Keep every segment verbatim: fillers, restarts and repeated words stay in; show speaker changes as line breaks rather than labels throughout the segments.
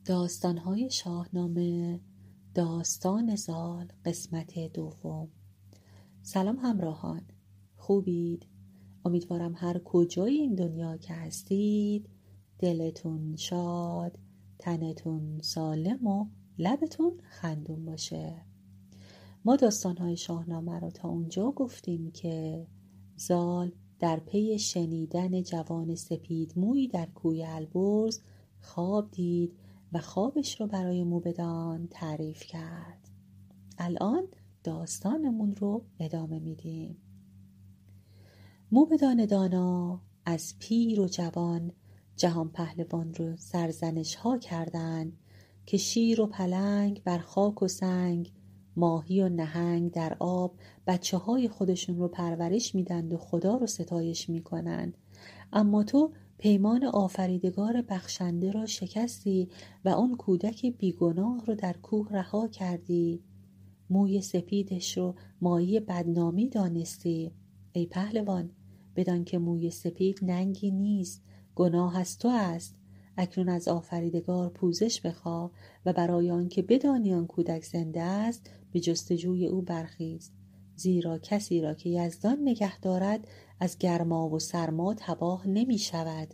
داستان‌های شاهنامه، داستان زال، قسمت دوم. سلام همراهان، خوبید؟ امیدوارم هر کجای این دنیا که هستید دلتون شاد، تنتون سالم و لبتون خندون باشه. ما داستان‌های شاهنامه رو تا اونجا گفتیم که زال در پی شنیدن جوان سپید مویی در کوی البرز خواب دید و خوابش رو برای موبدان تعریف کرد. الان داستانمون رو ادامه میدیم. موبدان دانا از پیر و جوان جهان پهلوان رو سرزنش ها کردند که شیر و پلنگ بر خاک و سنگ، ماهی و نهنگ در آب بچه های خودشون رو پرورش میدند و خدا رو ستایش میکنند، اما تو پیمان آفریدگار بخشنده را شکستی و اون کودک بیگناه رو در کوه رها کردی. موی سپیدش رو مایه بدنامی دانستی. ای پهلوان، بدان که موی سپید ننگی نیست، گناه از تو است. اکنون از آفریدگار پوزش بخواه و برای آن که بدانی آن کودک زنده است به جستجوی او برخیز، زیرا کسی را که یزدان نگه دارد از گرما و سرما تباه نمی شود.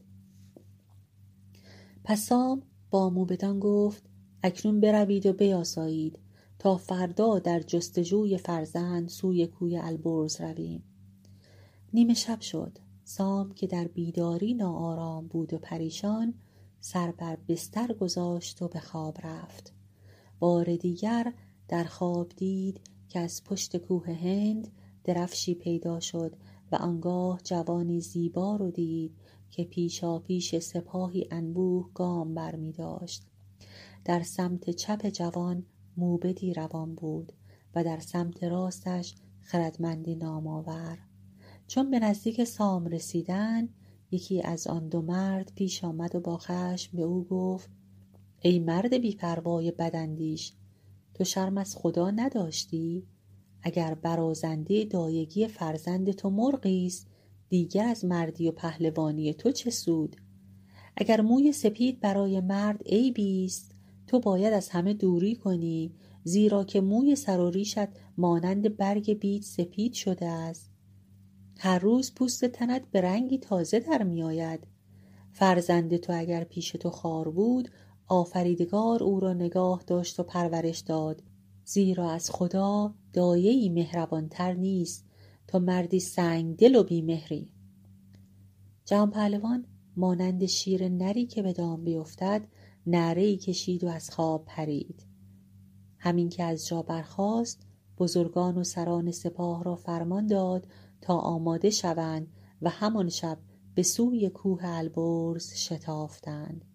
پس سام با موبدان گفت اکنون بروید و بیاسایید تا فردا در جستجوی فرزند سوی کوی البرز رویم. نیمه شب شد. سام که در بیداری ناآرام بود و پریشان سر بر بستر گذاشت و به خواب رفت. بار دیگر در خواب دید که از پشت کوه هند درفشی پیدا شد و آنگاه جوانی زیبا رو دید که پیشا پیش سپاهی انبوه گام بر می داشت. در سمت چپ جوان موبدی روان بود و در سمت راستش خردمندی نامآور. چون به نزدیک سام رسیدن، یکی از آن دو مرد پیش آمد و با خشم به او گفت ای مرد بی‌پروای بداندیش، تو شرم از خدا نداشتی؟ اگر برازنده دایگی فرزند تو مرغی است، دیگر از مردی و پهلوانی تو چه سود؟ اگر موی سپید برای مرد عیبی است، تو باید از همه دوری کنی، زیرا که موی سر و ریشت مانند برگ بید سپید شده است. هر روز پوست تنت به رنگی تازه در می آید. فرزند تو اگر پیش تو خار بود، آفریدگار او را نگاه داشت و پرورش داد، زیرا از خدا دایه‌ای مهربانتر نیست. تو مردی سنگ دل و بیمهری. جهان پهلوان مانند شیر نری که به دام بیفتد نعره‌ای کشید و از خواب پرید. همین که از جا برخاست، بزرگان و سران سپاه را فرمان داد تا آماده شوند و همان شب به سوی کوه البرز شتافتند.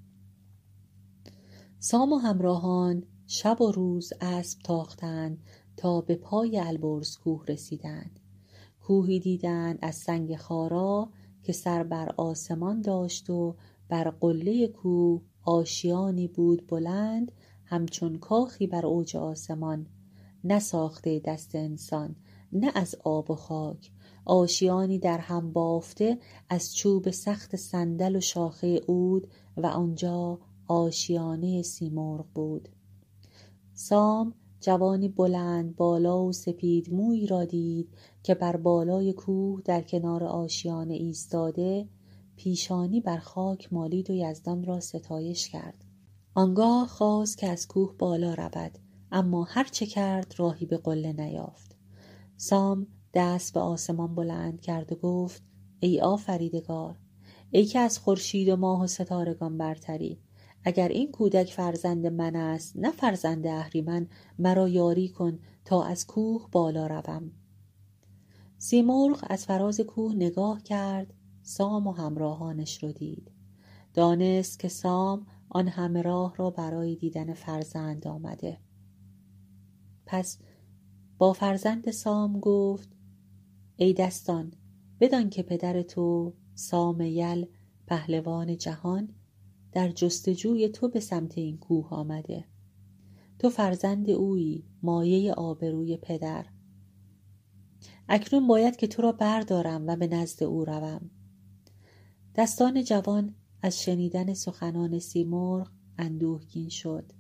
سام و همراهان شب و روز اسب تاختند تا به پای البرز کوه رسیدند. کوهی دیدند از سنگ خارا که سر بر آسمان داشت و بر قله کوه آشیانی بود بلند همچون کاخی بر اوج آسمان، نه ساخته دست انسان نه از آب و خاک، آشیانی در هم بافته از چوب سخت صندل و شاخه عود و آنجا آشیانه سیمرغ بود. سام جوانی بلند بالا و سپید موی را دید که بر بالای کوه در کنار آشیانه ایستاده پیشانی بر خاک مالید و یزدان را ستایش کرد. آنگاه خواست که از کوه بالا رود، اما هر چه کرد راهی به قله نیافت. سام دست به آسمان بلند کرد و گفت ای آفریدگار، ای که از خورشید و ماه و ستارگان برتری، اگر این کودک فرزند من است نه فرزند اهریمن، مرا یاری کن تا از کوه بالا روم. سیمرغ از فراز کوه نگاه کرد، سام و همراهانش رو دید. دانست که سام آن همه راه را برای دیدن فرزند آمده. پس با فرزند سام گفت ای دستان، بدان که پدر تو سام یل پهلوان جهان در جستجوی تو به سمت این کوه آمده. تو فرزند اویی، مایه آبروی پدر. اکنون باید که تو را بردارم و به نزد او روم. دستان جوان از شنیدن سخنان سیمرغ اندوهگین شد.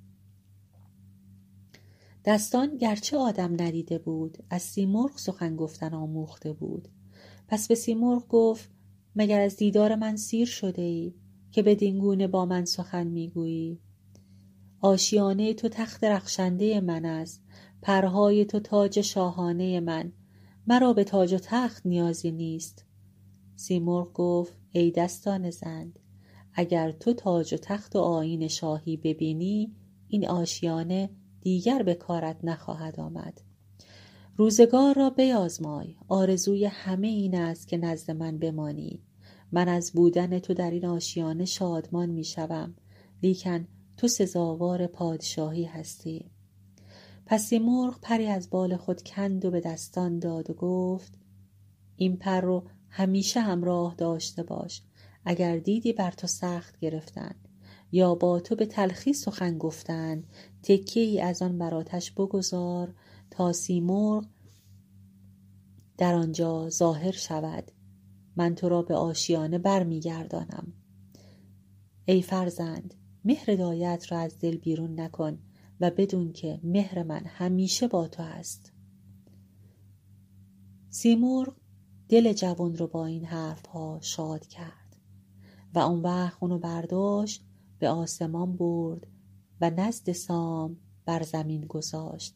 دستان گرچه آدم ندیده بود، از سیمرغ سخن گفتن آموخته بود. پس به سیمرغ گفت: مگر از دیدار من سیر شده ای که بدین گونه با من سخن میگویی؟ آشیانه تو تخت رخشنده من است، پرهای تو تاج شاهانه من، مرا به تاج و تخت نیازی نیست. سیمرغ گفت: ای دستان زند، اگر تو تاج و تخت و آیین شاهی ببینی، این آشیانه دیگر به کارت نخواهد آمد. روزگار را بیازمای، آرزوی همه این است که نزد من بمانی. من از بودن تو در این آشیانه شادمان می شوم، لیکن تو سزاوار پادشاهی هستی. پس سیمرغ پری از بال خود کند و به دستان داد و گفت: این پر رو همیشه همراه داشته باش. اگر دیدی بر تو سخت گرفتن یا با تو به تلخی سخن گفتن، تکه ای از آن بر آتش بگذار تا سیمرغ در آنجا ظاهر شود. من تو را به آشیانه بر می گردانم. ای فرزند، مهر دایت را از دل بیرون نکن و بدون که مهر من همیشه با تو است. سیمرغ دل جوان رو با این حرف ها شاد کرد و اون وقت اونو برداشت به آسمان برد و نزد سام بر زمین گذاشت.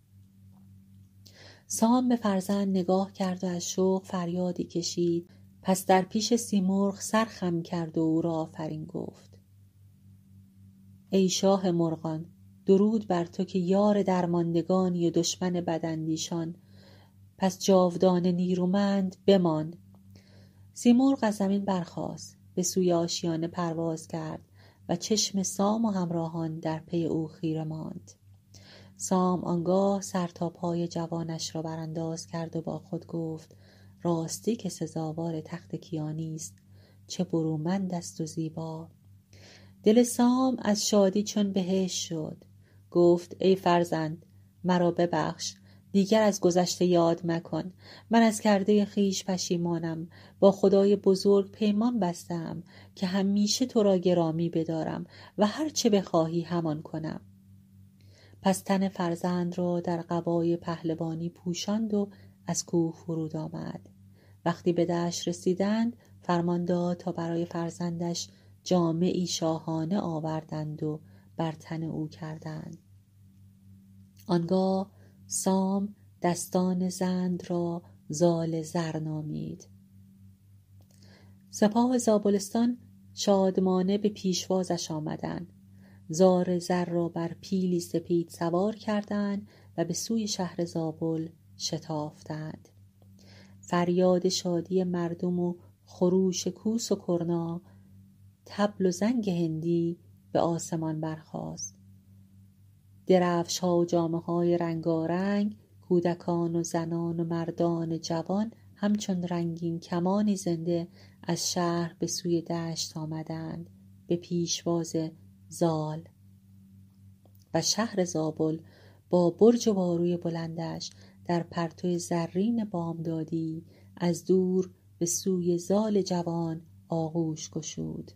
سام به فرزند نگاه کرد و از شوق فریادی کشید. پس در پیش سیمرغ سر خم کرد و او را آفرین گفت: ای شاه مرغان، درود بر تو که یار درماندگانی و دشمن بداندیشان، پس جاودانه نیرومند بمان. سیمرغ از زمین برخاست، به سوی آشیانه پرواز کرد و چشم سام و همراهان در پی او خیره ماند. سام آنگاه سر تا پای جوانش را برانداز کرد و با خود گفت: راستی که سزاوار تخت کیانی است، چه برومند است و زیبا. دل سام از شادی چون بهشت شد. گفت: ای فرزند، مرا ببخش، دیگر از گذشته یاد مکن. من از کرده خیش پشیمانم. با خدای بزرگ پیمان بستم که همیشه تو را گرامی بدارم و هر چه بخواهی همان کنم. پس تن فرزند را در قبای پهلوانی پوشاند و از کوه فرود آمد. وقتی به دشت رسیدند، فرمان داد تا برای فرزندش جامه‌ای شاهانه آوردند و بر تن او کردند. آنگاه سام دستان زند را زال زر نامید. سپاه زابلستان شادمانه به پیشوازش آمدند. زار زر را بر پیلی سپید سوار کردند و به سوی شهر زابل شتافتند. فریاد شادی مردم و خروش کوس و کرنا، طبل و زنگ هندی به آسمان برخاست. درفش ها و جامه های رنگارنگ، کودکان و زنان و مردان جوان همچون رنگین کمانی زنده از شهر به سوی دشت آمدند به پیشواز زال. و شهر زابل با برج و باروی بلندش در پرتو زرین بامدادی از دور به سوی زال جوان آغوش گشود.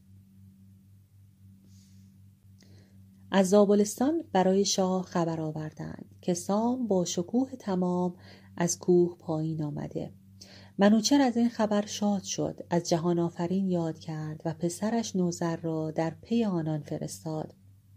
از زابلستان برای شاه خبر آوردند که سام با شکوه تمام از کوه پایین آمده. منوچهر از این خبر شاد شد، از جهان آفرین یاد کرد و پسرش نوذر را در پی آنان فرستاد.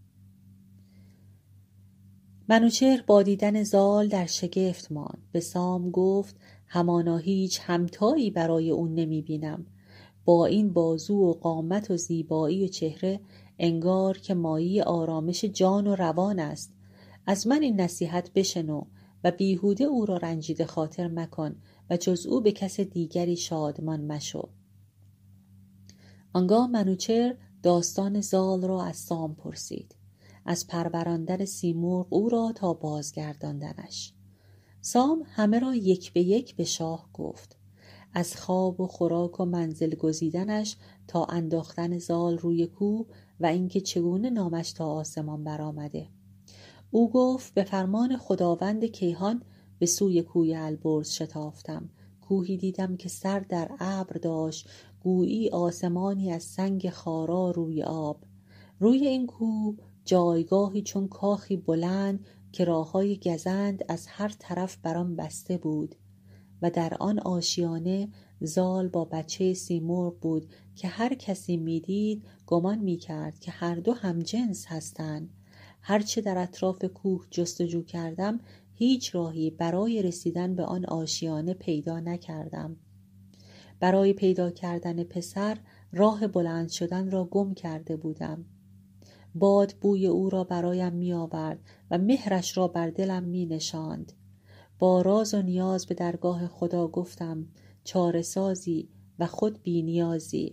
منوچهر با دیدن زال در شگفت ماند. به سام گفت: همانا هیچ همتایی برای اون نمی بینم. با این بازو و قامت و زیبایی و چهره انگار که مایه آرامش جان و روان است. از من این نصیحت بشنو و بیهوده او را رنجیده خاطر مکن و جز او به کس دیگری شادمان مشو. آنگاه منوچهر داستان زال را از سام پرسید، از پروراندن سیمرغ او را تا بازگرداندنش. سام همه را یک به یک به شاه گفت، از خواب و خوراک و منزل گزیدنش تا انداختن زال روی کوه و اینکه چگونه نامش تا آسمان برآمده. او گفت: به فرمان خداوند کیهان به سوی کوی البرز شتافتم. کوهی دیدم که سر در ابر داشت، گویی آسمانی از سنگ خارا روی آب. روی این کوه جایگاهی چون کاخی بلند که راههای گزند از هر طرف برام بسته بود و در آن آشیانه زال با بچه سیمرغ بود که هر کسی میدید گمان میکرد که هر دو هم جنس هستند. هرچه در اطراف کوه جستجو کردم هیچ راهی برای رسیدن به آن آشیانه پیدا نکردم. برای پیدا کردن پسر راه بلند شدن را گم کرده بودم. باد بوی او را برایم می آورد و مهرش را بر دلم می نشاند. با راز و نیاز به درگاه خدا گفتم چاره سازی و خود بی نیازی.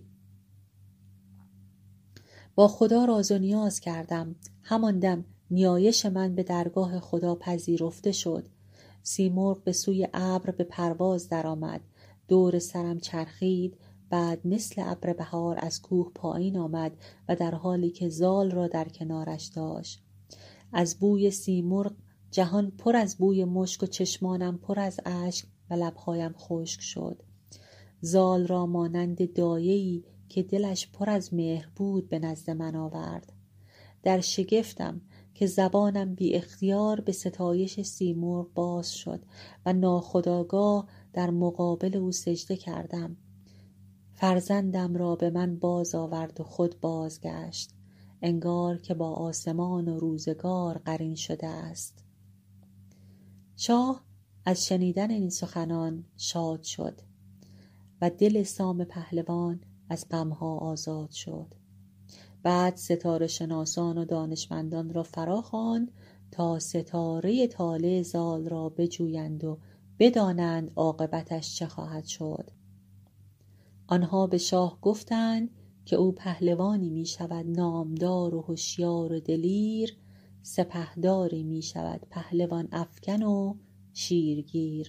با خدا راز و نیاز کردم. همان دم نیایش من به درگاه خدا پذیرفته شد. سیمرغ به سوی ابر به پرواز درآمد. دور سرم چرخید. بعد مثل ابر بهار از کوه پایین آمد و در حالی که زال را در کنارش داشت. از بوی سیمرغ جهان پر از بوی مشک و چشمانم پر از اشک و لبهایم خشک شد. زال را مانند دایه‌ای که دلش پر از مهر بود به نزد من آورد. در شگفتم که زبانم بی اختیار به ستایش سیمرغ باز شد و ناخودآگاه در مقابل او سجده کردم. فرزندم را به من باز آورد و خود بازگشت، انگار که با آسمان و روزگار قرین شده است. شاه از شنیدن این سخنان شاد شد و دل سام پهلوان از غمها آزاد شد. بعد ستاره شناسان و دانشمندان را فرا خواند تا ستاره طالع زال را بجویند و بدانند عاقبتش چه خواهد شد. آنها به شاه گفتند که او پهلوانی می شود نامدار و هوشیار و دلیر، سپهداری می شود پهلوان افکن و شیرگیر.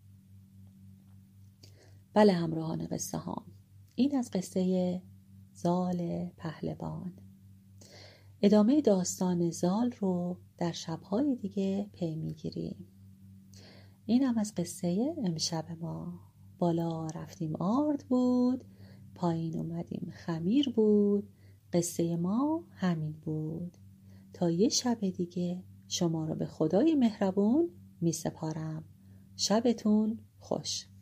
بله همراهان قصه ها، این از قصه زال پهلوان. ادامه داستان زال رو در شبهای دیگه پی میگیریم. این هم از قصه امشب ما. بالا رفتیم آرد بود، پایین اومدیم خمیر بود. قصه ما همین بود. تا یه شب دیگه شما رو به خدای مهربون می سپارم. شبتون خوش.